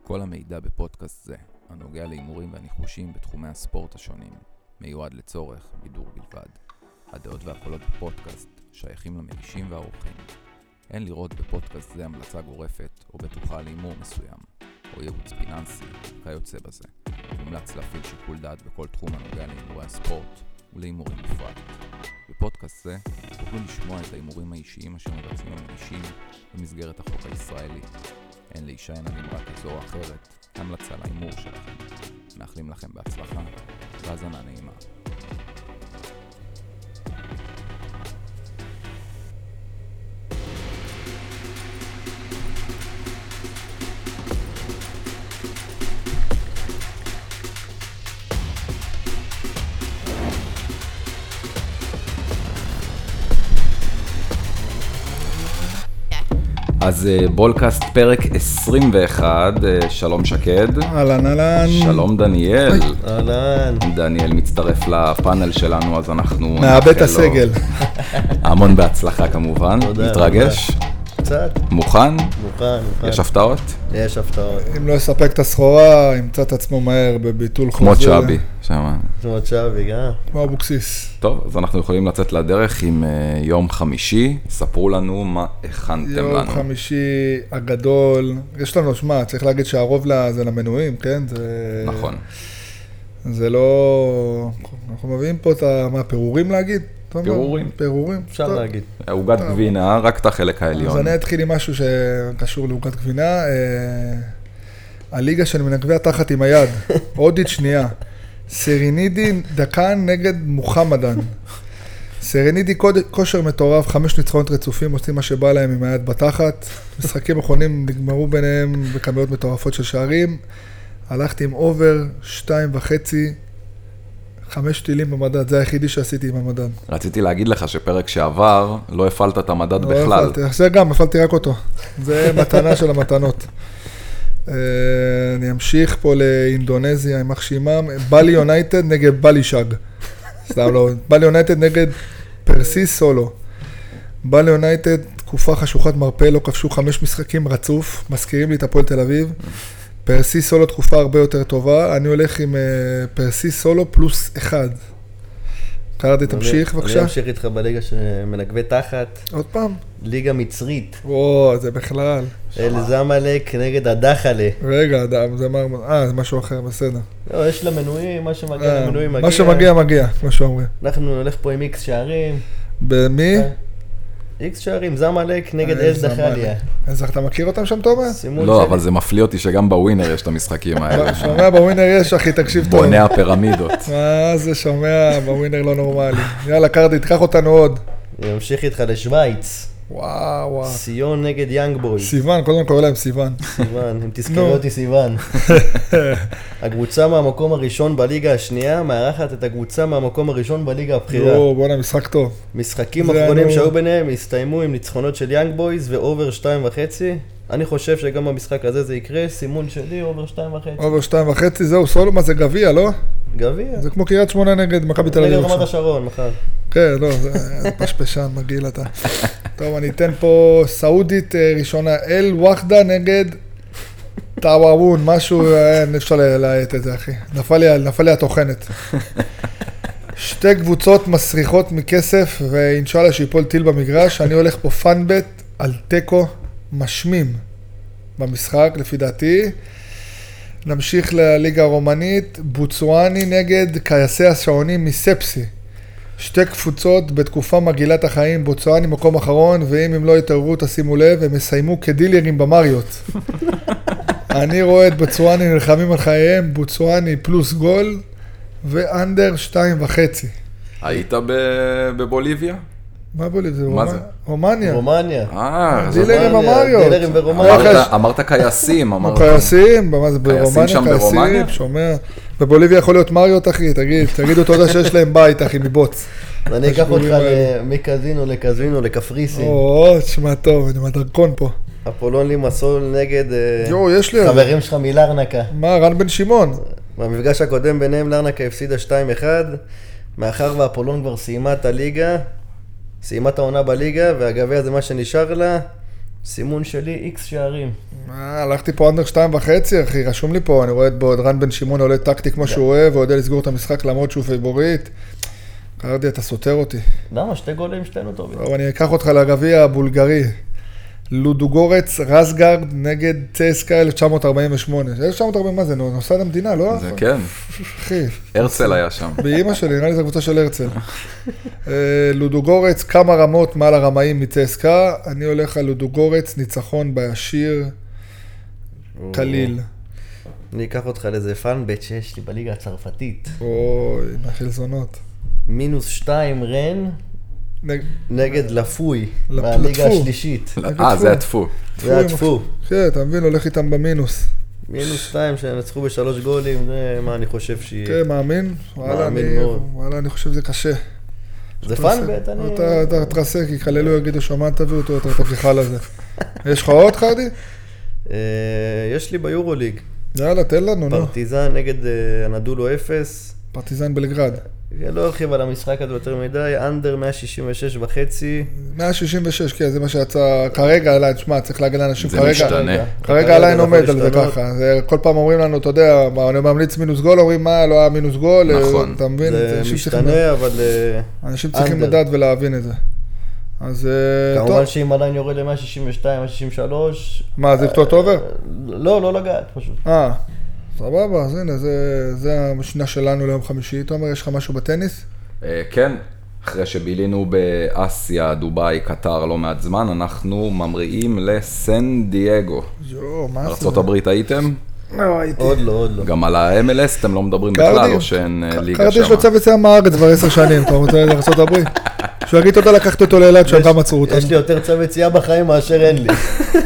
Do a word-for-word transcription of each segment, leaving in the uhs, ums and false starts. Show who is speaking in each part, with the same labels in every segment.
Speaker 1: כל המידע בפודקאסט זה, הנוגע להימורים והניחושים בתחומי הספורט השונים, מיועד לצורך בידור בלבד. הדעות והקולות בפודקאסט שייכים למגישים והאורחים. אין לראות בפודקאסט זה המלצה גורפת או בטוחה להימור מסוים, או ייעוץ פיננסי, כיוצא בזה. מומלץ להפעיל שיקול דעת בכל תחום הנוגע להימורי הספורט ולהימורים בפרט. בפודקאסט זה תוכלו לשמוע את ההימורים האישיים אשר מבצעים המגישים במסגרת החוק הישראלי. אין להישען על אמרה כזו או אחרת, המלצה להימור שלכם. מאחלים לכם בהצלחה והאזנה נעימה. אז בולקאסט פרק עשרים ואחת, שלום שקד.
Speaker 2: אהלן אהלן.
Speaker 1: שלום דניאל.
Speaker 3: אהלן.
Speaker 1: דניאל מצטרף לפאנל שלנו, אז אנחנו...
Speaker 2: מעבד הסגל.
Speaker 1: המון בהצלחה כמובן.
Speaker 3: תודה.
Speaker 1: מתרגש?
Speaker 3: קצת.
Speaker 1: מוכן?
Speaker 3: מוכן, מוכן.
Speaker 1: יש הפתעות?
Speaker 3: יש הפתעות.
Speaker 2: אם לא יספק את הסחורה, ימצא את עצמו מהר בביטול חוזה.
Speaker 1: כמו צ'אבי. שמה.
Speaker 3: כמו צ'אבי, אה?
Speaker 2: כמו אבוקסיס.
Speaker 1: טוב, אז אנחנו יכולים לצאת לדרך עם uh, יום חמישי. ספרו לנו מה הכנתם
Speaker 2: יום
Speaker 1: לנו.
Speaker 2: יום חמישי הגדול. יש לנו, שמה, צריך להגיד שהרוב לה, זה למנויים, כן? זה...
Speaker 1: נכון.
Speaker 2: זה לא... אנחנו מביאים פה את ה... מה, פירורים להגיד?
Speaker 1: פירורים.
Speaker 2: פירורים.
Speaker 3: אפשר
Speaker 2: טוב.
Speaker 3: להגיד.
Speaker 1: עוגת גבינה, רק את החלק העליון.
Speaker 2: אז אני אתחיל עם משהו שקשור לעוגת גבינה. אה, הליגה של מנגבי התחת עם היד, הודית שנייה. סרנידי דקן נגד מוחמדן. סרנידי כושר מטורף, חמש ניצחונות רצופים, עושים מה שבא להם עם היד בתחת. משחקים אחרונים נגמרו ביניהם בכמויות מטורפות של שערים. הלכתי עם אובר, שתיים וחצי. חמש טילים במדד, זה היחידי שעשיתי עם המדד.
Speaker 1: רציתי להגיד לך שפרק שעבר לא הפעלת את המדד
Speaker 2: לא
Speaker 1: בכלל.
Speaker 2: הפעלתי, זה גם, הפעלתי רק אותו. זה מתנה של המתנות. אני אמשיך פה לאינדונזיה עם מחשימם. בלי יונייטד נגד בלי שג. סתם לא, בלי יונייטד נגד פרסיס סולו. בלי יונייטד, תקופה חשוכת מרפא, לא כבשו חמש משחקים רצוף, מזכירים לי את הפועל תל אביב. פרסיס סולו תקופה הרבה יותר טובה, אני הולך עם uh, פרסיס סולו פלוס אחד. קרדי, תמשיך בבקשה.
Speaker 3: אני אמשיך איתך בליגה שמנגבי תחת.
Speaker 2: עוד פעם?
Speaker 3: ליגה מצרית.
Speaker 2: או, זה בכלל.
Speaker 3: אל-זמלק נגד הדחלה.
Speaker 2: רגע, זה מה... אה, זה משהו אחר, בסדר.
Speaker 3: לא, יש למנויים, מה שמגיע למנויים מגיע.
Speaker 2: מה שמגיע, מגיע, כמו שאומרים.
Speaker 3: אנחנו נלך פה עם איקס שערים.
Speaker 2: במי?
Speaker 3: איקס שערים, זמלק נגד אל-דחליה.
Speaker 2: אז אתה מכיר אותם שם, תומר?
Speaker 1: לא, אבל זה מפליא אותי שגם בווינר יש את המשחקים האלה.
Speaker 2: שומע, בווינר יש, אחי, תקשיב טוב.
Speaker 1: בוני הפירמידות.
Speaker 2: מה זה שומע, בווינר לא נורמלי. יאללה, קרדי, תקח אותנו עוד.
Speaker 3: אני אמשיך איתך לשוויץ.
Speaker 2: וואו, וואו.
Speaker 3: סיון נגד יאנג בוי.
Speaker 2: סיוון, קודם קורא להם סיוון.
Speaker 3: סיוון, אם תזכרו אותי סיוון. הקבוצה מהמקום הראשון בליגה השנייה, מארחת את הקבוצה מהמקום הראשון בליגה הבחירה.
Speaker 2: לא, בוא'נה, משחק טוב.
Speaker 3: משחקים אחרונים שהיו ביניהם הסתיימו עם ניצחונות של יאנג בויז ואובר שתיים וחצי. אני חושב שגם במשחק הזה זה יקרה, סימון שלי, אובר שתיים וחצי.
Speaker 2: אובר שתיים וחצי, זהו, סולו, מה זה גביע, לא?
Speaker 3: גביע.
Speaker 2: זה כמו קריית שמונה נגד מכבי תל אביב.
Speaker 3: נגד רמת השרון, מחר.
Speaker 2: כן, לא, זה פשפשן, מגעיל אתה. טוב, אני אתן פה סעודית ראשונה, אל וחדה נגד טאווארון, משהו, אין אפשר להיית את זה, אחי. נפל לי התוכנת. שתי קבוצות מסריחות מכסף, ואינשאללה שיפול טיל במגרש. אני הולך פה פאנבט על טקו משמים במשחק, לפי דעתי. נמשיך לליגה הרומנית, בוצואני נגד קייסי השעונים מספסי. שתי קבוצות בתקופה מגעילת החיים, בוצואני מקום אחרון, ואם הם לא יתעוררו, תשימו לב, הם יסיימו כדילרים במריות. אני רואה את בוצואני נלחמים על חייהם, בוצואני פלוס גול, ואנדר שתיים וחצי.
Speaker 1: היית בבוליביה?
Speaker 2: מה בוליביה?
Speaker 1: מה זה?
Speaker 2: רומניה.
Speaker 3: רומניה.
Speaker 1: אה,
Speaker 2: דילרים במריות.
Speaker 3: דילרים ברומניה.
Speaker 1: אמרת קייסים, אמרת.
Speaker 2: קייסים, מה זה ברומניה?
Speaker 1: קייסים שם ברומניה?
Speaker 2: שומע. בבוליביה יכול להיות מריות, אחי, תגיד, תגידו תודה שיש להם בית, אחי, מבוץ.
Speaker 3: אני אקח אותך מקזינו לקזינו לקפריסין.
Speaker 2: או, תשמע טוב, אני מהדרכון פה.
Speaker 3: אפולון לימסול נגד חברים שלך מלרנקה.
Speaker 2: מה, רן בן שמעון?
Speaker 3: במפגש הקודם ביניהם לרנקה הפסידה שתיים אחד, מאחר ואפולון כבר סיימה את הליגה, סיימה את העונה בליגה, והגביע זה מה שנשאר לה, סימון שלי, איקס שערים.
Speaker 2: אה, הלכתי פה אנדר שתיים וחצי, אחי, רשום לי פה, אני רואה את בעוד רן בן שמעון עולה טקטי כמו שהוא אוהב, ויודע לסגור את המשחק למרות שהוא פייבוריט. קרדי, אתה סותר אותי.
Speaker 3: למה? שתי גולים שתינו טובים.
Speaker 2: טוב, אני אקח אותך לגביע הבולגרי. לודוגורץ, רסגרד נגד צסקה אלף תשע מאות ארבעים ושמונה. אלף תשע מאות ארבעים, מה זה? נוסד המדינה, לא?
Speaker 1: זה כן.
Speaker 2: אחי.
Speaker 1: הרצל היה שם.
Speaker 2: באמא שלי, נראה לי זה הקבוצה של הרצל. לודוגורץ, כמה רמות מעל הרמאים מצסקה. אני הולך על לודוגורץ, ניצחון בישיר, קליל.
Speaker 3: אני אקח אותך לאיזה פאנבט שיש לי בליגה הצרפתית.
Speaker 2: אוי, מהחלזונות.
Speaker 3: מינוס שתיים רן. נגד לפוי,
Speaker 2: לפ-
Speaker 3: מהליגה
Speaker 2: לפו.
Speaker 3: השלישית.
Speaker 1: אה, זה הטפו.
Speaker 3: זה הטפו.
Speaker 2: כן, אתה מבין, הולך איתם במינוס.
Speaker 3: מינוס שתיים שנצחו בשלוש גולים, זה מה אני חושב שהיא...
Speaker 2: כן, מאמין? וואלה,
Speaker 3: מאמין
Speaker 2: אני-
Speaker 3: מאוד.
Speaker 2: וואלה, אני חושב שזה קשה.
Speaker 3: זה פאנבט, אני...
Speaker 2: אתה אתה תרסה, כי כללו יגידו שמה תביאו אותו, אתה תבליחה לזה. יש לך עוד חרדי?
Speaker 3: אה, יש לי ביורוליג,
Speaker 2: יאללה, תן לנו, נו.
Speaker 3: פרטיזן נגד אה, הנדולו אפס.
Speaker 2: פרטיזן בלגרד.
Speaker 3: אני לא ארחיב על המשחק הזה יותר מדי, אנדר מאה שישים ושש וחצי.
Speaker 2: מאה שישים ושש, כן, זה מה שיצא כרגע עליי, תשמע, צריך להגיד לאנשים
Speaker 1: זה
Speaker 2: כרגע.
Speaker 1: משתנה.
Speaker 2: כרגע עליי
Speaker 3: זה
Speaker 2: עומד
Speaker 3: יכול
Speaker 2: על זה
Speaker 3: להשתנות.
Speaker 2: ככה. זה כל פעם אומרים לנו, אתה יודע, מה, אני ממליץ מינוס גול, אומרים מה, לא היה מינוס גול.
Speaker 1: נכון.
Speaker 2: אתה מבין?
Speaker 3: זה
Speaker 2: אנשים צריכים-
Speaker 3: משתנה, אבל אה,
Speaker 2: אנשים צריכים
Speaker 3: אנדר.
Speaker 2: לדעת ולהבין את זה. אז אה, טוב.
Speaker 3: כמובן שאם עדיין יורד ל-מאה שישים ושתיים, מאה שישים ושלוש...
Speaker 2: מה, זה לפתות אובר?
Speaker 3: לא, לא לגעת פשוט.
Speaker 2: אה, סבבה, אז הנה, זה- זה המשנה שלנו ליום חמישי. תומר, יש לך משהו בטניס?
Speaker 1: אה, כן, אחרי שבילינו באסיה, דובאי, קטר לא מעט זמן, אנחנו ממריאים לסן דייגו.
Speaker 2: יו, מה זה?
Speaker 1: ארצות הברית הייתם?
Speaker 2: לא, הייתי.
Speaker 3: עוד לא, עוד לא.
Speaker 1: גם על ה-אם אל אס אתם לא מדברים
Speaker 2: קרדי.
Speaker 1: בכלל, או שאין אה, ליגה
Speaker 2: קראתי יש
Speaker 1: שם?
Speaker 2: לו צוות סיעה מהארץ כבר עשר שנים, אתה רוצה לארצות הברית? שהוא יגיד תודה, לקחתי אותו לאילת, שם גם עצרו אותנו.
Speaker 3: יש לי יותר צוות צייה בחיים מאשר אין לי.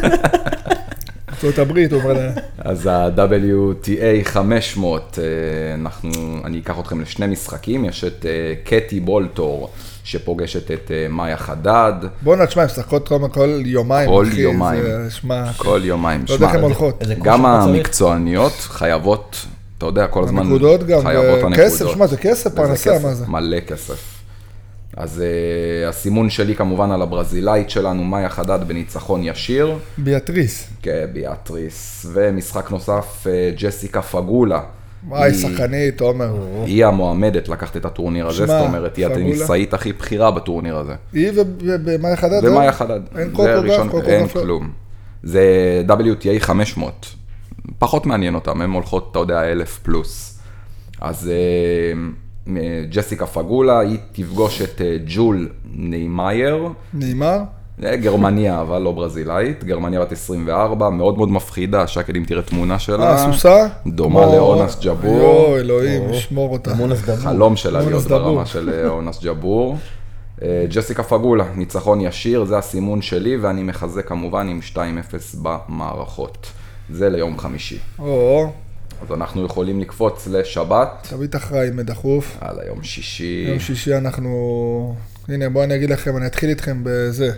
Speaker 2: ארצות הברית, הוא אומר לה.
Speaker 1: אז ה-דאבליו טי איי חמש מאות, אה, אנחנו, אני אקח אתכם לשני משחקים, יש את אה, קטי בולטור, שפוגשת את אה, מאיה חדד,
Speaker 2: בוא נשמע, הם משחקות תומר כל יומיים.
Speaker 1: כל
Speaker 2: אחי,
Speaker 1: יומיים.
Speaker 2: זה, שמע,
Speaker 1: כל יומיים.
Speaker 2: לא יודע איך
Speaker 1: שמע,
Speaker 2: הן הולכות.
Speaker 3: איזה כושר
Speaker 1: גם
Speaker 3: אתה צריך?
Speaker 1: המקצועניות חייבות, אתה יודע, כל הזמן
Speaker 2: הנקודות גם,
Speaker 1: חייבות
Speaker 2: וכסף,
Speaker 1: הנקודות.
Speaker 2: שמע, זה כסף,
Speaker 1: וזה
Speaker 2: פרנסה,
Speaker 1: כסף,
Speaker 2: מה זה?
Speaker 1: מלא כסף. אז uh, הסימון שלי כמובן על הברזילאית שלנו, מאיה חדד בניצחון ישיר,
Speaker 2: ביאטריס.
Speaker 1: כן, ביאטריס, ומשחק נוסף, uh, ג'סיקה פגולה.
Speaker 2: וואי,
Speaker 1: היא-
Speaker 2: שחקנית, תומר.
Speaker 1: היא המועמדת לקחת את הטורניר הזה,
Speaker 2: שמע,
Speaker 1: זאת אומרת, היא
Speaker 2: פגולה.
Speaker 1: הטניסאית הכי בכירה בטורניר הזה.
Speaker 2: היא ובמאיה חדד?
Speaker 1: ומאיה חדד.
Speaker 2: אין
Speaker 1: זה
Speaker 2: קוקוגרף,
Speaker 1: ראשון-
Speaker 2: קוקוגרף
Speaker 1: אין
Speaker 2: לא.
Speaker 1: כלום. זה דאבליו טי איי חמש מאות. פחות מעניין אותם, הן הולכות, אתה יודע, אלף פלוס. אז אה, ג'סיקה פגולה, היא תפגוש את אה, ג'ול ניימייר,
Speaker 2: נאמר?
Speaker 1: אה, גרמניה, אבל לא ברזילאית, גרמניה בת עשרים וארבע, מאוד מאוד מפחידה, שקד אם תראה תמונה שלה.
Speaker 2: אה, סוסה?
Speaker 1: דומה
Speaker 2: כמו-
Speaker 1: לאונס ג'בור.
Speaker 2: יואו, אלוהים, שמור אותה.
Speaker 3: מונס דבור.
Speaker 1: חלום שלה
Speaker 2: אונס
Speaker 1: להיות
Speaker 2: דבור.
Speaker 1: ברמה של אה, אונס ג'בור. אה, ג'סיקה פגולה, ניצחון ישיר, זה הסימון שלי, ואני מחזק כמובן עם שתיים אפס במערכות. זה ליום חמישי.
Speaker 2: או,
Speaker 1: אז אנחנו יכולים לקפוץ לשבת,
Speaker 2: תביא את אחראי מדחוף.
Speaker 1: על היום שישי.
Speaker 2: יום שישי אנחנו... הנה, בואו אני אגיד לכם, אני אתחיל איתכם בזה.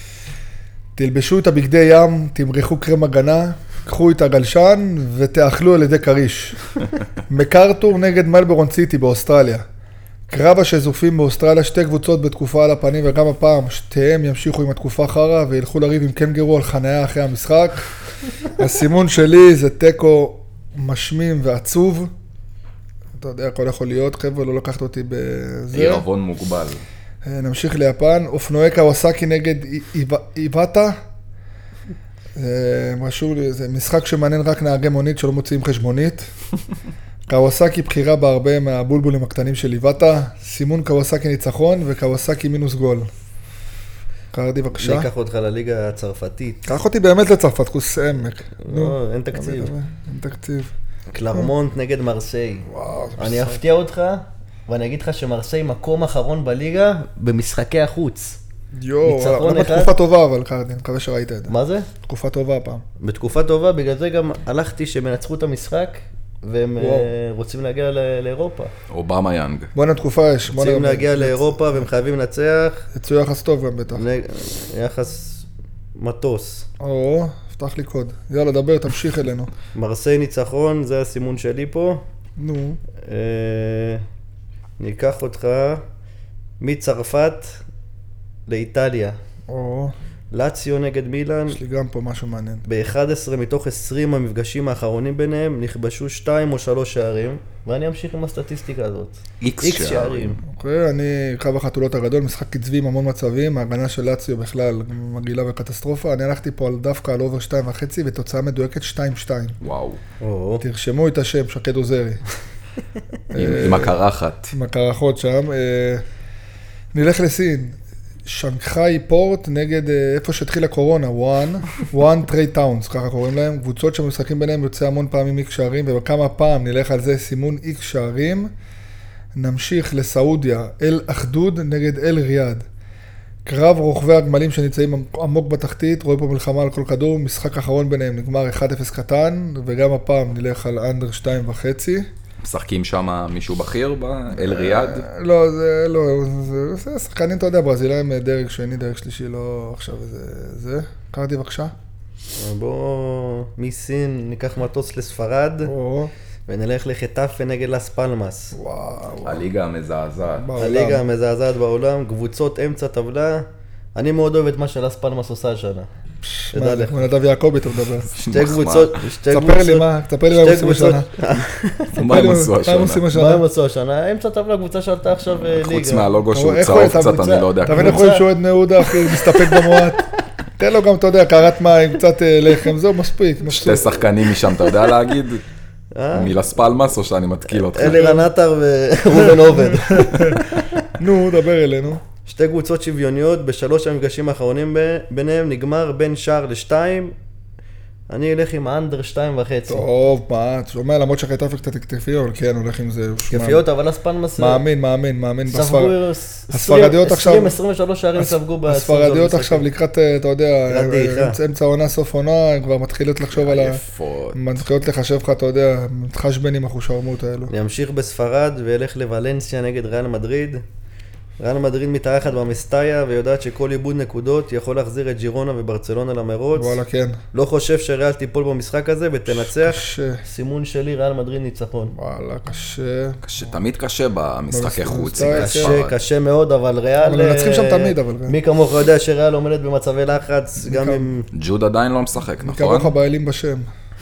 Speaker 2: תלבשו את הבגדי ים, תמרחו קרם הגנה, קחו את הגלשן ותאכלו על ידי קריש. מקארתור נגד מלבורן סיטי באוסטרליה. קרב השזופים באוסטרליה, שתי קבוצות בתקופה על הפנים, וגם הפעם שתיהם ימשיכו עם התקופה חרה וילכו לריב עם קנגרו על חניה אחרי המשחק. הסימון שלי זה טקו משמים ועצוב. אתה יודע, הכל יכול להיות, חבר'ה, לא לקחת אותי בזה.
Speaker 1: עירבון מוגבל.
Speaker 2: נמשיך ליפן, אופנועי קוואסקי נגד איבטה. משהו, זה משחק שמעניין רק נהגי מונית שלא מוציאים חשבונית. קוואסקי בחירה בהרבה מהבולבולים הקטנים של איבטה. סימון קוואסקי ניצחון וקוואסקי מינוס גול. קרדי בבקשה.
Speaker 3: אני אקח אותך לליגה הצרפתית.
Speaker 2: קח אותי באמת לצרפת, כוס עמק.
Speaker 3: לא, אין תקציב.
Speaker 2: אין תקציב.
Speaker 3: קלרמונט נגד מרסיי.
Speaker 2: וואו, זה
Speaker 3: אני
Speaker 2: משחק.
Speaker 3: אפתיע אותך, ואני אגיד לך שמרסיי מקום אחרון בליגה במשחקי החוץ.
Speaker 2: יואו,
Speaker 3: ניצחון
Speaker 2: למה
Speaker 3: אחד.
Speaker 2: תקופה טובה אבל קרדי, אני מקווה שראית את זה.
Speaker 3: מה זה?
Speaker 2: תקופה טובה הפעם.
Speaker 3: בתקופה טובה, בגלל זה גם הלכתי שהם ינצחו את המשחק, והם
Speaker 2: וואו.
Speaker 3: אה, רוצים להגיע ל- לאירופה.
Speaker 1: אובמה יאנג.
Speaker 2: בואנה תקופה יש. בואנה
Speaker 3: רוצים
Speaker 2: גם-
Speaker 3: להגיע לאירופה והם חייבים לנצח,
Speaker 2: יצאו יחס טוב גם בטח.
Speaker 3: נ- יחס מטוס.
Speaker 2: או, פתח לי קוד. יאללה, דבר, תמשיך אלינו.
Speaker 3: מרסיי ניצחון, זה הסימון שלי פה.
Speaker 2: נו,
Speaker 3: אה, אני אקח אותך מצרפת לאיטליה.
Speaker 2: או,
Speaker 3: לאציו נגד מילאן,
Speaker 2: יש לי גם פה משהו מעניין.
Speaker 3: ב-אחד עשר מתוך עשרים המפגשים האחרונים ביניהם נכבשו שתיים או שלוש שערים, ואני אמשיך עם הסטטיסטיקה הזאת.
Speaker 1: איקס
Speaker 3: איקס
Speaker 1: שערים.
Speaker 3: שערים.
Speaker 2: אוקיי, אני קו החתולות הגדול, משחק קצבי עם המון מצבים, ההגנה של לאציו בכלל מגעילה וקטסטרופה, אני הלכתי פה על דווקא על אובר שתיים וחצי ותוצאה מדויקת שתיים שתיים.
Speaker 1: וואו.
Speaker 3: או,
Speaker 2: תרשמו את השם, שקד עוזרי.
Speaker 1: עם עם הקרחת.
Speaker 2: עם הקרחות שם. אה, נלך לסין. שנגחאי פורט נגד אה, איפה שהתחילה קורונה, וואן, וואן טרי טאונס, ככה קוראים להם. קבוצות שמשחקים ביניהם יוצא המון פעמים איקס שערים, ובכמה פעם נלך על זה סימון איקס שערים. נמשיך לסעודיה, אל אחדוד נגד אל ריאד. קרב רוכבי הגמלים שנמצאים עמוק בתחתית, רואה פה מלחמה על כל כדור, משחק אחרון ביניהם נגמר אחד אפס קטן, וגם הפעם נלך על אנדר שתיים וחצי.
Speaker 1: משחקים שם מישהו בכיר באל ריאד?
Speaker 2: לא, זה לא, זה, זה שחקנים, אתה יודע, ברזילאים דרג שני, דרג שלישי, לא עכשיו זה, זה. קראתי בבקשה.
Speaker 3: בוא מסין ניקח מטוס לספרד,
Speaker 2: או,
Speaker 3: ונלך לחטאפה נגד לס פלמאס.
Speaker 2: וואו.
Speaker 1: הליגה המזעזעת.
Speaker 2: בעולם.
Speaker 3: הליגה המזעזעת בעולם, קבוצות אמצע טבלה. אני מאוד אוהב את מה שלס פלמאס עושה השנה. תדע
Speaker 2: מה,
Speaker 3: לך.
Speaker 2: מנדב יעקבי אתה מדבר.
Speaker 3: שתי קבוצות, שתי
Speaker 2: תספר לי
Speaker 3: קבוצות,
Speaker 2: מה, תספר לי מה הם
Speaker 3: שתי
Speaker 2: עושים השנה.
Speaker 3: קבוצות.
Speaker 1: מה הם עשו
Speaker 2: מה הם עושים
Speaker 1: השנה?
Speaker 3: מה
Speaker 2: השנה?
Speaker 3: הם עשו השנה? אמצע טבלה, קבוצה שעלתה עכשיו אה, ליגה.
Speaker 1: חוץ מהלוגו שהוא
Speaker 2: איך
Speaker 1: צהוב
Speaker 2: הוא- אתה
Speaker 1: קצת,
Speaker 2: קבוצה-
Speaker 1: אני לא יודע.
Speaker 2: אתה מבין
Speaker 1: כלום.
Speaker 2: איך רואים שהוא אוהד בני יהודה, אחי, מסתפק במועט. תן לו גם, אתה יודע, קרת מים, קצת אה, לחם, זהו, מספיק.
Speaker 1: שתי
Speaker 2: מבסוט.
Speaker 1: שחקנים משם, אתה יודע להגיד?
Speaker 3: אה?
Speaker 1: מלס פלמאס או שאני מתקיל אותך?
Speaker 3: אלירן עטר וראובן עובד.
Speaker 2: נו, דבר אלינו.
Speaker 3: שתי קבוצות שוויוניות, בשלוש המפגשים האחרונים ב- ביניהם נגמר בין שער לשתיים. אני אלך עם האנדר שתיים וחצי.
Speaker 2: טוב, מה, אתה שומע, למרות שחטאפה קצת כתפי, אבל כן, הולך עם זה.
Speaker 3: כיפיות, אבל הספלמס...
Speaker 2: מאמין, מאמין, מאמין. בספר-
Speaker 3: ספגו
Speaker 2: הספרדיות עכשיו-
Speaker 3: עשרים עשרים ושלוש שערים ספגו בעשרים
Speaker 2: הספרדיות
Speaker 3: משחקים.
Speaker 2: עכשיו לקראת, אה, אתה יודע,
Speaker 3: לקראת דעיכה.
Speaker 2: אמצע- אמצע עונה, סוף עונה, הן כבר מתחילות לחשוב על ה...
Speaker 1: יפות.
Speaker 2: מתחילות לחשב לך, אתה יודע, מתחשבן עם החושרמות האלו.
Speaker 3: אני אמשיך בספרד ואלך לוולנסיה נגד ריאל מדריד. ריאל מדריד מתארחת במסטאיה ויודעת שכל איבוד נקודות יכול להחזיר את ג'ירונה וברצלונה למרוץ.
Speaker 2: וואלה, כן.
Speaker 3: לא חושב שריאל תיפול במשחק הזה ותנצח.
Speaker 2: קשה.
Speaker 3: סימון שלי ריאל מדריד ניצחון.
Speaker 2: וואלה, קשה.
Speaker 1: קשה, תמיד קשה במשחקי חוץ.
Speaker 2: במסתער,
Speaker 1: עם
Speaker 3: קשה,
Speaker 1: ספרד.
Speaker 3: קשה מאוד, אבל ריאל...
Speaker 2: אבל מנצחים שם
Speaker 3: אה,
Speaker 2: תמיד, אבל-
Speaker 3: מי כמוך יודע שריאל עומדת במצבי לחץ, גם
Speaker 2: כמוך.
Speaker 3: עם...
Speaker 1: ג'וד עדיין לא משחק, נכון?
Speaker 2: כמוך בעלים בשם.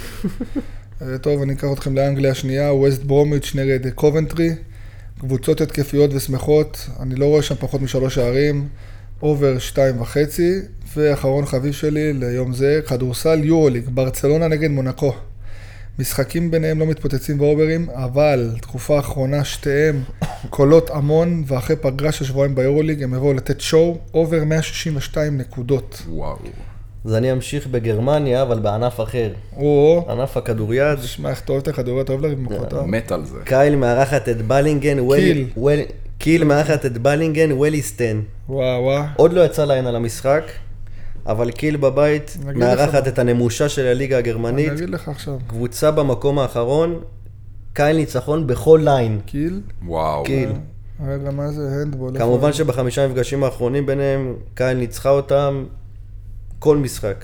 Speaker 2: אה, טוב, אני אקח אתכם לאנגליה השנייה, ווסט ברומיץ' נגד קובנטרי. קבוצות התקפיות ושמחות, אני לא רואה שם פחות משלוש שערים, אובר שתיים וחצי, ואחרון חביב שלי ליום זה, כדורסל יורוליג, ברצלונה נגד מונקו. משחקים ביניהם לא מתפוצצים באוברים, אבל תקופה האחרונה שתיהם קולות המון, ואחרי פגרה של שבועיים ביורוליג הם יבואו לתת שואו, אובר מאה שישים ושתיים נקודות.
Speaker 1: וואו.
Speaker 3: אז אני אמשיך בגרמניה, אבל בענף אחר.
Speaker 2: או,
Speaker 3: ענף הכדוריד.
Speaker 2: תשמע איך אתה אוהב את הכדוריד, אתה אוהב לריב מכות,
Speaker 1: מת על זה.
Speaker 3: קייל מארחת את בלינגן, וויל-
Speaker 2: קיל.
Speaker 3: וויל- קיל מארחת את בלינגן, ווליסטן.
Speaker 2: וואו וואו.
Speaker 3: עוד לא יצא להן על המשחק, אבל קיל בבית
Speaker 2: נגיד
Speaker 3: מארחת
Speaker 2: לך.
Speaker 3: את הנמושה של הליגה הגרמנית.
Speaker 2: אני אגיד לך עכשיו,
Speaker 3: קבוצה במקום האחרון, קייל ניצחון בכל ליין.
Speaker 2: קיל,
Speaker 1: וואו.
Speaker 3: קיל.
Speaker 2: רגע, מה זה הנדבול?
Speaker 3: כמובן שבחמישה המפגשים האחרונים ביניהם, קייל ניצחה אותם כל משחק.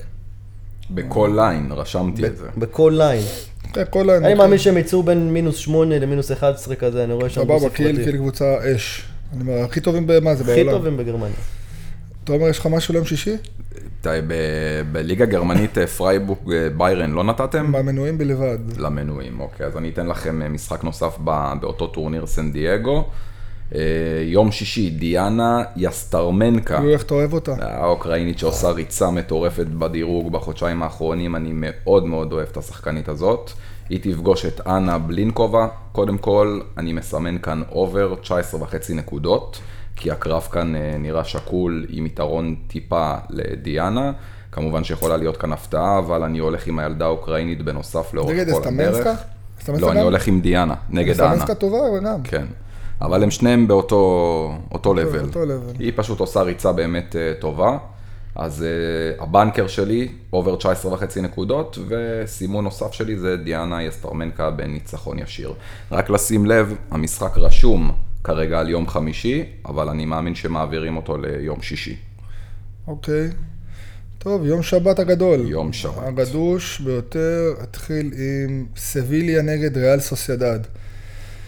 Speaker 1: בכל ליין, רשמתי את זה.
Speaker 3: ב- בכל ליין.
Speaker 2: כל ה...
Speaker 3: אני מאמין שהם יצאו בין מינוס שמונה למינוס אחד עשרה כזה, אני רואה שם
Speaker 2: סבבה,
Speaker 3: בספרתי.
Speaker 2: קיל, קיל קבוצה אש. אני אומר, הכי טובים במה זה בעולם.
Speaker 3: הכי טובים בגרמניה.
Speaker 2: אתה אומר, יש לך משהו ליום שישי?
Speaker 1: די, ב- בליגה גרמנית אה, פרייבורג אה, ביירן לא נתתם?
Speaker 2: במנויים בלבד.
Speaker 1: למנויים, אוקיי. אז אני אתן לכם אה, משחק נוסף ב- באותו טורניר סן דייגו. אה, יום שישי, דיאנה יסטרמנקה.
Speaker 2: תראו איך אתה אוהב אותה.
Speaker 1: האוקראינית שעושה ריצה מטורפת בדירוג בחודשיים האחרונים, אני מאוד מאוד אוהב את השחקנית הזאת. היא תפגוש את אנה בלינקובה. קודם כל, אני מסמן כאן אובר תשע עשרה וחצי נקודות, כי הקרב כאן אה, נראה שקול עם יתרון טיפה לדיאנה. כמובן שיכולה להיות כאן הפתעה, אבל אני הולך עם הילדה האוקראינית בנוסף לאורך
Speaker 2: נגד
Speaker 1: כל הדרך.
Speaker 2: אסטמנסקה? אסטמנסקה
Speaker 1: לא, אני
Speaker 2: גם?
Speaker 1: הולך עם דיאנה, נגד אנה.
Speaker 2: אסטמנסקה טובה, אבל גם.
Speaker 1: כן, אבל הם שניהם באותו אותו לבל.
Speaker 2: אותו level.
Speaker 1: היא פשוט עושה ריצה באמת uh, טובה. אז uh, הבנקר שלי, אובר תשע עשרה וחצי נקודות, וסימון נוסף שלי זה דיאנה יסטרמנקה בניצחון ישיר. רק לשים לב, המשחק רשום כרגע על יום חמישי, אבל אני מאמין שמעבירים אותו ליום שישי.
Speaker 2: אוקיי. טוב, יום שבת הגדול.
Speaker 1: יום שבת.
Speaker 2: הגדוש ביותר, התחיל עם סביליה נגד ריאל סוסיידד.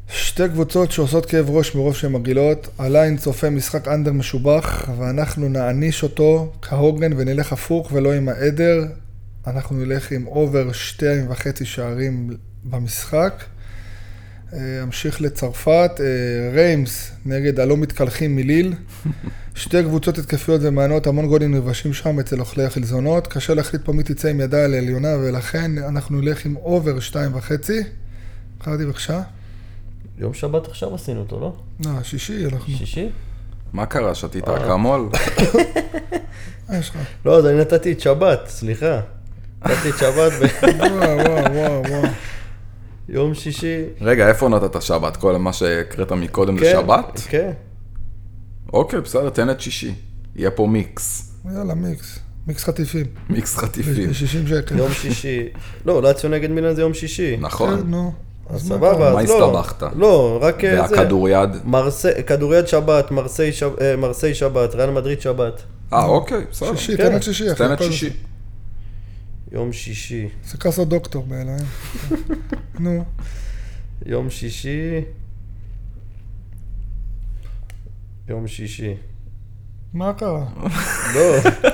Speaker 2: שתי קבוצות שעושות כאב ראש מרוב שהן מגעילות, הליין צופה משחק אנדר משובח, ואנחנו נעניש אותו כהוגן ונלך הפוך ולא עם העדר, אנחנו נלך עם אובר שתיים וחצי שערים במשחק. המשיך לצרפת, ריימס נגד הלא מתקלחים מליל, שתי קבוצות התקפיות ומענות, המון גולים נרבשים שם אצל אוכלי החלזונות, קשה להחליט פה מי תצא עם ידה על העליונה, ולכן אנחנו נלך עם אובר שתיים וחצי. קראתי בבקשה.
Speaker 3: יום שבת עכשיו עשינו אותו, לא?
Speaker 2: לא, שישי אנחנו.
Speaker 3: שישי?
Speaker 1: מה קרה? שתית אקמול?
Speaker 2: מה יש לך?
Speaker 3: לא, אז אני נתתי את שבת, סליחה. נתתי את שבת ב...
Speaker 2: וואו, וואו, וואו, וואו.
Speaker 3: יום שישי.
Speaker 1: רגע, איפה נתת שבת? כל מה שהקראת מקודם זה שבת?
Speaker 3: כן.
Speaker 1: אוקיי, בסדר, תן את שישי. יהיה פה מיקס.
Speaker 2: יאללה, מיקס. מיקס חטיפים.
Speaker 1: מיקס חטיפים.
Speaker 2: ב-שישים שקל.
Speaker 3: יום שישי. לא, לאציו נגד מילאן זה יום שישי.
Speaker 1: נכון.
Speaker 2: כן, נו.
Speaker 3: אז
Speaker 2: מה
Speaker 3: סבבה,
Speaker 2: קרה?
Speaker 1: מה
Speaker 3: אז לא.
Speaker 1: הסתבכת?
Speaker 3: לא, רק זה.
Speaker 1: והכדוריד?
Speaker 3: מרסי- כדוריד שבת, מרסיי שב- אה, מרסיי שבת, ריאל מדריד שבת.
Speaker 1: אה, אוקיי, בסדר.
Speaker 2: שישי,
Speaker 3: כן.
Speaker 2: תן את שישי. אחי,
Speaker 1: תן את
Speaker 2: הכל
Speaker 1: שישי.
Speaker 3: יום שישי.
Speaker 2: זה קאסו דוקטור באלה. נו.
Speaker 3: יום שישי. יום שישי.
Speaker 2: מה קרה?
Speaker 3: לא,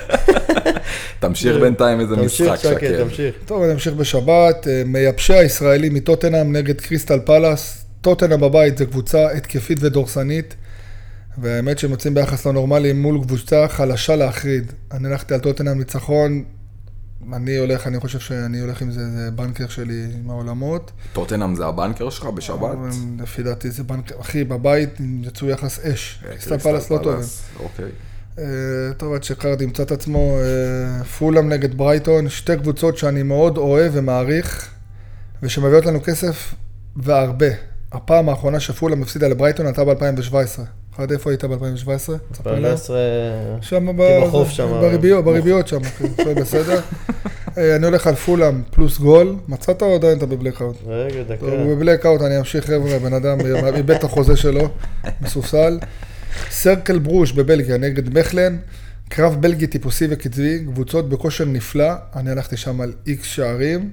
Speaker 1: תמשיך בינתיים איזה
Speaker 3: תמשיך
Speaker 1: משחק
Speaker 3: שקט,
Speaker 1: שקט.
Speaker 3: תמשיך.
Speaker 2: טוב, אני אמשיך בשבת. מייבשי הישראלי מטוטנהאם נגד קריסטל פלאס. טוטנהאם בבית זה קבוצה התקפית ודורסנית. והאמת שהם יוצאים ביחס לא נורמלי מול קבוצה חלשה להחריד. אני הלכתי על טוטנהאם ניצחון. אני הולך, אני חושב שאני הולך עם זה, זה בנקר שלי עם העולמות.
Speaker 1: טוטנהאם זה הבנקר שלך בשבת?
Speaker 2: לפי דעתי זה בנקר, אחי, בבית יצאו יחס אש. קריסטל פלאס לא טוב.
Speaker 1: אוקיי.
Speaker 2: טוב, עד שקארד ימצא את עצמו, פולאם נגד ברייטון, שתי קבוצות שאני מאוד אוהב ומעריך, ושמביאות לנו כסף והרבה. הפעם האחרונה שפולאם הפסידה לברייטון הייתה ב-אלפיים שבע עשרה. אחת איפה הייתה ב-אלפיים שבע עשרה?
Speaker 3: אלפיים שבע עשרה...
Speaker 2: שם
Speaker 3: בחוף שם.
Speaker 2: בריביות, בריביות שם, אחי, בסדר. אני הולך על פולאם פלוס גול, מצאת או עדיין אתה בבלקאוט?
Speaker 3: רגע, דקה.
Speaker 2: בבלקאוט אני אמשיך חבר'ה, בן אדם מבית החוזה שלו, מסופסל. סרקל ברוש בבלגיה נגד מחלן, קרב בלגי טיפוסי וקצבי, קבוצות בכושר נפלא, אני הלכתי שם על איקס שערים.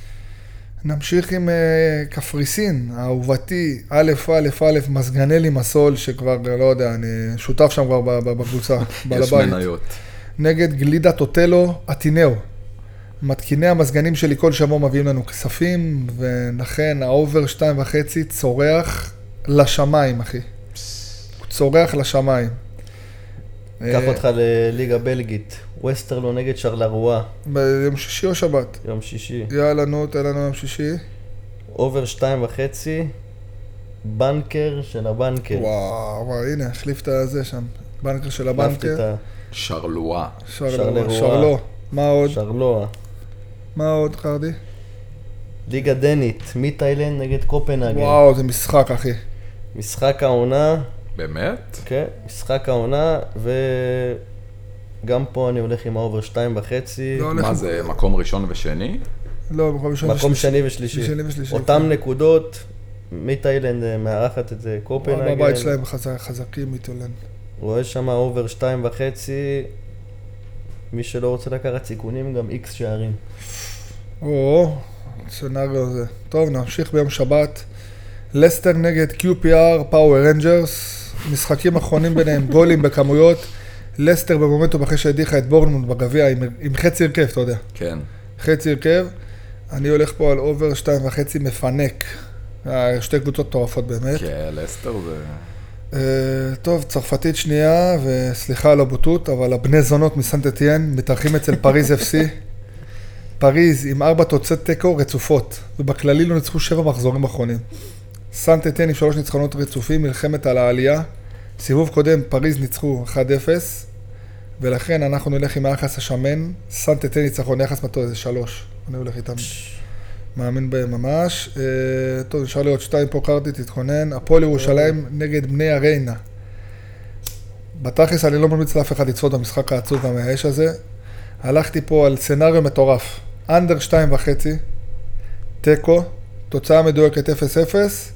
Speaker 2: נמשיך עם uh, קפריסין, האהובתי, א' א' א', מסגנלי מסול, שכבר, לא יודע, אני שותף שם כבר בקבוצה, בעל
Speaker 1: יש
Speaker 2: הבית.
Speaker 1: מניות.
Speaker 2: נגד גלידה טוטלו, אטינאו. מתקיני המסגנים שלי כל שבוע מביאים לנו כספים, ולכן האובר שתיים וחצי צורח לשמיים, אחי. הוא צורח לשמיים.
Speaker 3: קח אותך לליגה בלגית. ווסטרלו נגד שרלרואה.
Speaker 2: ביום שישי או שבת?
Speaker 3: יום שישי.
Speaker 2: יאללה, נו, תן לנו יום שישי.
Speaker 3: אובר שתיים וחצי. בנקר של הבנקר.
Speaker 2: וואו, וואו, הנה, החליף את הזה שם. בנקר של
Speaker 3: החלפתי
Speaker 2: הבנקר.
Speaker 3: את ה-
Speaker 1: שרלואה.
Speaker 2: שרלו.
Speaker 3: שרלרואה.
Speaker 2: שרלו. מה עוד?
Speaker 3: שרלואה.
Speaker 2: מה עוד, קרדי?
Speaker 3: ליגה דנית. מתאילנד נגד קופנהגן.
Speaker 2: וואו, זה משחק, אחי.
Speaker 3: משחק העונה.
Speaker 1: באמת?
Speaker 3: כן, משחק העונה, וגם פה אני הולך עם האובר שתיים וחצי.
Speaker 2: לא הולך
Speaker 1: מה
Speaker 2: עם-
Speaker 1: זה, מקום ראשון ושני?
Speaker 2: לא, מקום ראשון
Speaker 3: מקום
Speaker 2: ושלישי.
Speaker 3: שני ושלישי.
Speaker 2: שני ושלישי.
Speaker 3: אותם נקודות, מתאילנד מארחת את זה, קופנהגן.
Speaker 2: בבית שלהם חז- חזקים מתולן.
Speaker 3: רואה שם אובר שתיים וחצי. מי שלא רוצה לקחת סיכונים, גם איקס שערים.
Speaker 2: או, סנריו הזה. טוב, נמשיך ביום שבת. לסטר נגד קיו פי אר, פאוור רנג'רס. משחקים אחרונים ביניהם, גולים בכמויות. לסטר במומנטום אחרי שהדיחה את בורנמונד בגביע עם, עם חצי הרכב, אתה יודע.
Speaker 1: כן.
Speaker 2: חצי הרכב. אני הולך פה על אובר שתיים וחצי מפנק. אה, שתי קבוצות טורפות באמת.
Speaker 1: כן, לסטר זה...
Speaker 2: Uh, טוב, צרפתית שנייה, וסליחה על הבוטות, אבל הבני זונות מסנט אתיין מתארחים אצל פריז אף סי. פריז עם ארבע תוצאות תיקו רצופות, ובכללי לא ניצחו שבע מחזורים אחרונים. סנט אתיין עם שלוש ניצחונות רצופים, מלחמת על העלייה. סיבוב קודם, פריז ניצחו אחד אפס, ולכן אנחנו נלך עם היחס השמן. סנט אתיין ניצחון, יחס מטו איזה שלוש. אני הולך איתם. מאמין בהם ממש. Uh, טוב, נשאר לי עוד שתיים פה קרדי, תתכונן. הפועל ירושלים נגד בני הריינה. בתכלס אני לא ממליץ לאף אחד לצפות במשחק העצוב והמייאש הזה. הלכתי פה על סנריו מטורף. אנדר שתיים וחצי, טקו, תוצאה מדויקת אפס אפס,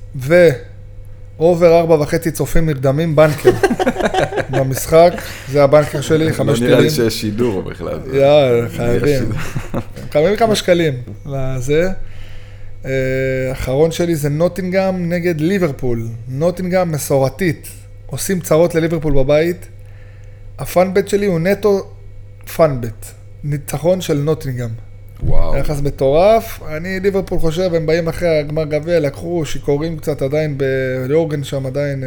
Speaker 2: ואובר ארבע וחצי צופים נרדמים בנקר. במשחק, זה הבנקר שלי, חמש
Speaker 1: לא נראה לי
Speaker 2: שקלים.
Speaker 1: שיש שידור בכלל.
Speaker 2: יאללה, חייבים. קמים כמה שקלים לזה. האחרון שלי זה נוטינגהאם נגד ליברפול. נוטינגהאם מסורתית. עושים צרות לליברפול בבית. הפאנבט שלי הוא נטו פאנבט. ניצחון של נוטינגהאם.
Speaker 1: וואו.
Speaker 2: יחס מטורף. אני ליברפול חושב, הם באים אחרי הגמר גביע, לקחו שיכורים קצת עדיין באורגן שם עדיין.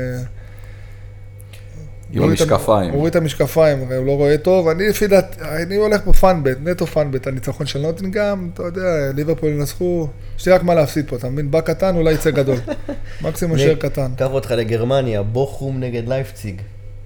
Speaker 1: עם המשקפיים.
Speaker 2: הוא רואה את המשקפיים, הוא לא רואה טוב. אני לפי דעת, אני הולך פה פאנבט, נטו פאנבט, הניצחון של נוטינגהאם, אתה יודע, ליברפול ינסחו, יש לי רק מה להפסיד פה, אתה מבין? בא קטן, אולי יצא גדול. מקסימום יישאר קטן.
Speaker 3: קח אותך לגרמניה, בוכום נגד לייפציג.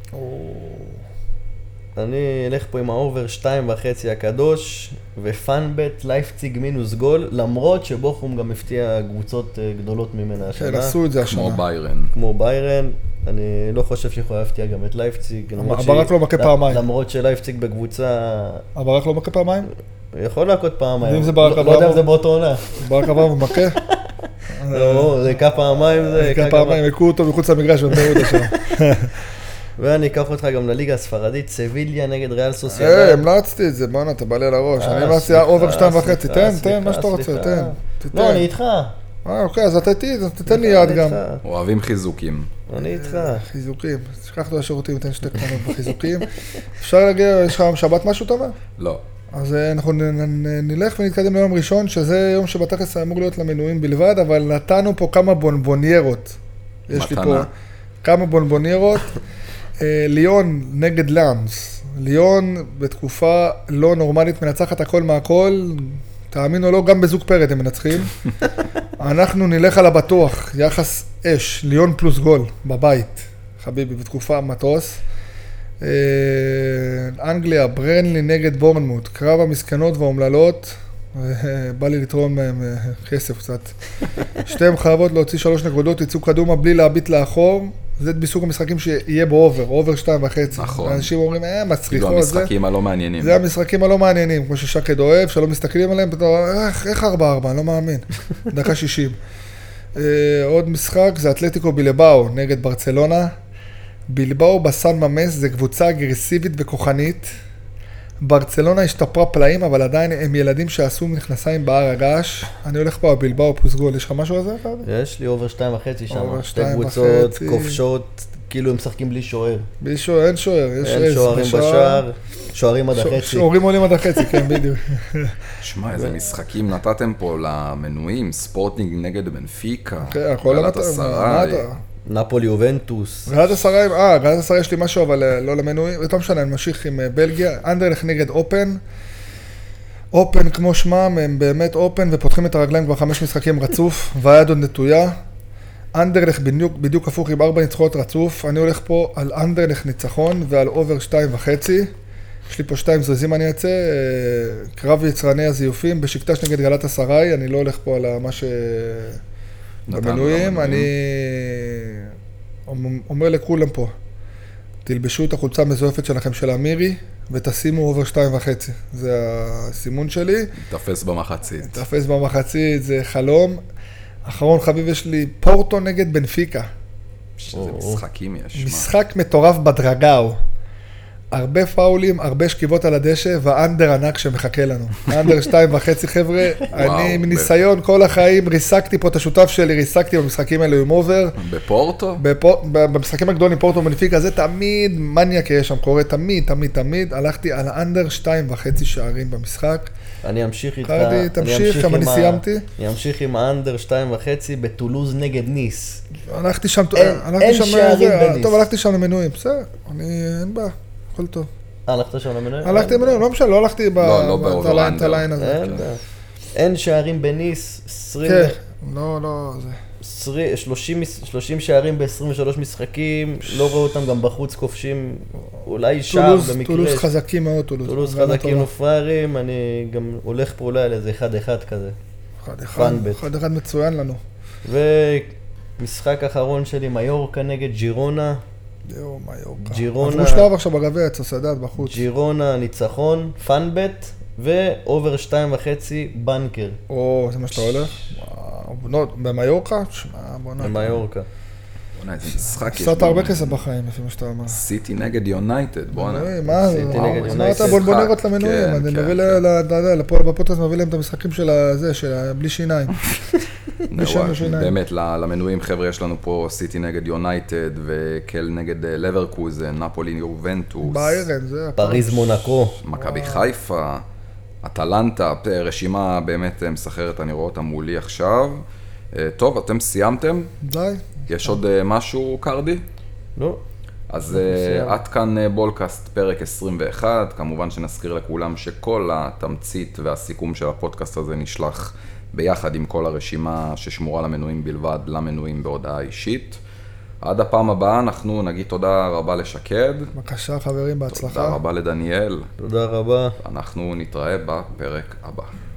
Speaker 3: אני אלך פה עם האובר שתיים וחצי הקדוש, ופאנבט, לייפציג מינוס גול, למרות שבוכום גם הפתיע קבוצות גדולות ממנה השנה.
Speaker 2: כן, עשו את זה השנה.
Speaker 1: כמו ביירן.
Speaker 3: כמו ביירן. אני לא חושב שיכולה להפתיע גם את לייפציג.
Speaker 2: הברק לא מכה פעמיים.
Speaker 3: למרות שלייפציג בקבוצה...
Speaker 2: הברק לא מכה פעמיים?
Speaker 3: יכול להכות פעמיים.
Speaker 2: אם זה ברק
Speaker 3: לא יודע אם זה באותו עונה.
Speaker 2: ברק עבר ומכה?
Speaker 3: לא, זה הכה פעמיים. זה
Speaker 2: הכה פעמיים, הכו אותו מחוץ למגרש בבני יהודה שם.
Speaker 3: ואני אקח אותך גם לליגה הספרדית, סביליה נגד ריאל סוסיידד.
Speaker 2: אה, המלצתי את זה, בוא'נה, אתה בא לי על הראש. אני המלצתי אובר שתיים וחצי, תן, תן, מה שאתה רוצה, תן.
Speaker 3: לא, אני איתך.
Speaker 2: אה, אוקיי, אז אתה איתי, תתן לי יד גם.
Speaker 1: אוהבים חיזוקים.
Speaker 3: אני איתך.
Speaker 2: חיזוקים. שכחת לשירותים, תן שתי קטנות בחיזוקים. אפשר להגיע, יש לך שבת משהו, אתה אומר?
Speaker 1: לא.
Speaker 2: אז אנחנו נלך ונתקדם ליום ראשון, שזה יום שבתכלס אמור להיות למנויים בלבד, אבל נתנו פה כמה בונבוניירות. יש לי פה כמה בונבוניירות. ליון נגד לאנס. ליון בתקופה לא נורמלית מנצחת הכל מהכל. תאמין או לא, גם בזוג פרד הם מנצחים. אנחנו נלך על הבטוח, יחס אש, ליון פלוס גול, בבית, חביבי, בתקופה מטוס. אנגליה, ברנלי נגד בורנמוט, קרב המסכנות והאומללות, בא לי לתרום מהם כסף קצת. שתיהם חייבות להוציא שלוש נקודות, יצאו קדומה בלי להביט לאחור, זה בסוג המשחקים שיהיה באובר, אובר שתיים וחצי.
Speaker 1: נכון.
Speaker 2: אנשים אומרים, אה, מצליחו.
Speaker 1: כאילו המשחקים הלא מעניינים.
Speaker 2: זה המשחקים הלא מעניינים, כמו ששקד אוהב, שלא מסתכלים עליהם, איך ארבע ארבע, אני לא מאמין. דקה שישים. עוד משחק, זה אתלטיקו בילבאו נגד ברצלונה. בילבאו בסן ממס, זה קבוצה אגרסיבית וכוחנית. ברצלונה השתפרה פלאים, אבל עדיין הם ילדים שעשו מכנסיים בהר הגעש. אני הולך פה בילבאו פלוס גול, יש לך משהו על זה?
Speaker 3: יש לי אובר שתיים וחצי שם, שתי קבוצות, כובשות, כאילו הם משחקים בלי שוער.
Speaker 2: בלי שוער, אין שוער, יש
Speaker 3: אין שוערים בשער, שוערים עד החצי.
Speaker 2: שוערים עולים עד החצי, כן, בדיוק.
Speaker 1: שמע, איזה משחקים נתתם פה למנויים, ספורטינג נגד בנפיקה, גלת הסראי.
Speaker 3: נפולי יובנטוס.
Speaker 2: גלת הסראי, אה, גלת הסראי יש לי משהו, אבל לא למנויים. לא משנה, אני ממשיך עם בלגיה. אנדרלכט נגד אופן. אופן כמו שמם, הם באמת אופן, ופותחים את הרגליים כבר חמש משחקים רצוף, והיד עוד נטויה. אנדרלכט בדיוק, בדיוק הפוך עם ארבע ניצחונות רצוף. אני הולך פה על אנדרלכט ניצחון ועל אובר שתיים וחצי. יש לי פה שתיים זריזים אני אצא. קרב יצרני הזיופים, בשקטש נגד גלת הסראי. אני לא הולך פה על מה ש... במנויים, אני אומר לכולם פה, תלבשו את החולצה המזויפת שלכם של אמירי, ותשימו אובר שתיים וחצי. זה הסימון שלי.
Speaker 1: תפס במחצית.
Speaker 2: תפס במחצית, זה חלום. אחרון חביב יש לי פורטו נגד בנפיקה.
Speaker 1: איזה משחקים יש.
Speaker 2: משחק מטורף בדרגאו. הרבה פאולים, הרבה שכיבות על הדשא, והאנדר ענק שמחכה לנו. האנדר שתיים וחצי חבר'ה, אני מניסיון כל החיים, ריסקתי פה את השותף שלי, ריסקתי במשחקים האלו עם אובר.
Speaker 1: בפורטו?
Speaker 2: במשחקים הגדולים פורטו בנפיקה, זה תמיד מניאק יש שם, קורה תמיד, תמיד, תמיד. הלכתי על האנדר שתיים וחצי שערים במשחק.
Speaker 3: אני אמשיך איתך.
Speaker 2: חרדי, תמשיך, כמה אני סיימתי.
Speaker 3: אני אמשיך עם האנדר שתיים וחצי בטולוז נגד ניס.
Speaker 2: הלכתי שם,
Speaker 3: אין שערים בניס.
Speaker 2: טוב, הלכתי שם למנויים, בסדר, אני, אין בעיה. הכל טוב.
Speaker 3: הלכת שם למנויים?
Speaker 2: הלכתי למנויים, לא משנה, לא הלכתי
Speaker 1: בליין
Speaker 2: הזה.
Speaker 3: אין שערים בניס,
Speaker 2: כן, לא, לא, זה.
Speaker 3: שלושים שערים ב-עשרים ושלוש משחקים, לא ראו אותם גם בחוץ כופשים, אולי שער במקרה.
Speaker 2: טולוז חזקים מאוד, טולוז.
Speaker 3: טולוז חזקים ופראיירים, אני גם הולך פה אולי על איזה אחד אחד כזה.
Speaker 2: אחד אחד, אחד אחד מצוין לנו.
Speaker 3: ומשחק האחרון שלי, מיורקה נגד ג'ירונה.
Speaker 2: יו, מיורקה.
Speaker 3: ג'ירונה.
Speaker 2: עברו שלב עכשיו בגביע, סוסיידד בחוץ.
Speaker 3: ג'ירונה ניצחון, פאנבט, ואובר שתיים וחצי בנקר.
Speaker 2: או, זה מה שאתה הולך? וואו, במיורקה? שמע, בוא נע.
Speaker 3: במיורקה.
Speaker 1: בוא'נה, איזה משחק יש.
Speaker 2: עשת הרבה כסף בחיים, לפי מה שאתה אומר.
Speaker 1: סיטי נגד יונייטד, בוא'נה.
Speaker 2: מה,
Speaker 3: סיטי נגד
Speaker 2: מה
Speaker 3: יונייטד.
Speaker 2: אתה בונבונרות למנויים?
Speaker 1: כן,
Speaker 2: אני
Speaker 1: כן,
Speaker 2: מביא
Speaker 1: כן.
Speaker 2: ל... אתה יודע, לפועל בפודקאסט מביא להם את המשחקים של הזה, של בלי שיניים. בלי שם שיניים.
Speaker 1: באמת, למנויים, חבר'ה, יש לנו פה סיטי נגד יונייטד, וקל נגד לברקוזן, נפולי יובנטוס.
Speaker 2: ביירן, זה... הכל.
Speaker 3: פריז מונקו.
Speaker 1: מכבי חיפה, אטלנטה, רשימה באמת מסחרת, אני רואה אותה מולי עכשיו. טוב, אתם סיימתם?
Speaker 2: די.
Speaker 1: יש עוד משהו, קרדי?
Speaker 3: לא.
Speaker 1: אז עד כאן בולקאסט פרק עשרים ואחת, כמובן שנזכיר לכולם שכל התמצית והסיכום של הפודקאסט הזה נשלח ביחד עם כל הרשימה ששמורה למנויים בלבד, למנויים בהודעה אישית. עד הפעם הבאה אנחנו נגיד תודה רבה לשקד.
Speaker 2: בבקשה חברים, בהצלחה.
Speaker 1: תודה רבה לדניאל.
Speaker 3: תודה רבה.
Speaker 1: אנחנו נתראה בפרק הבא.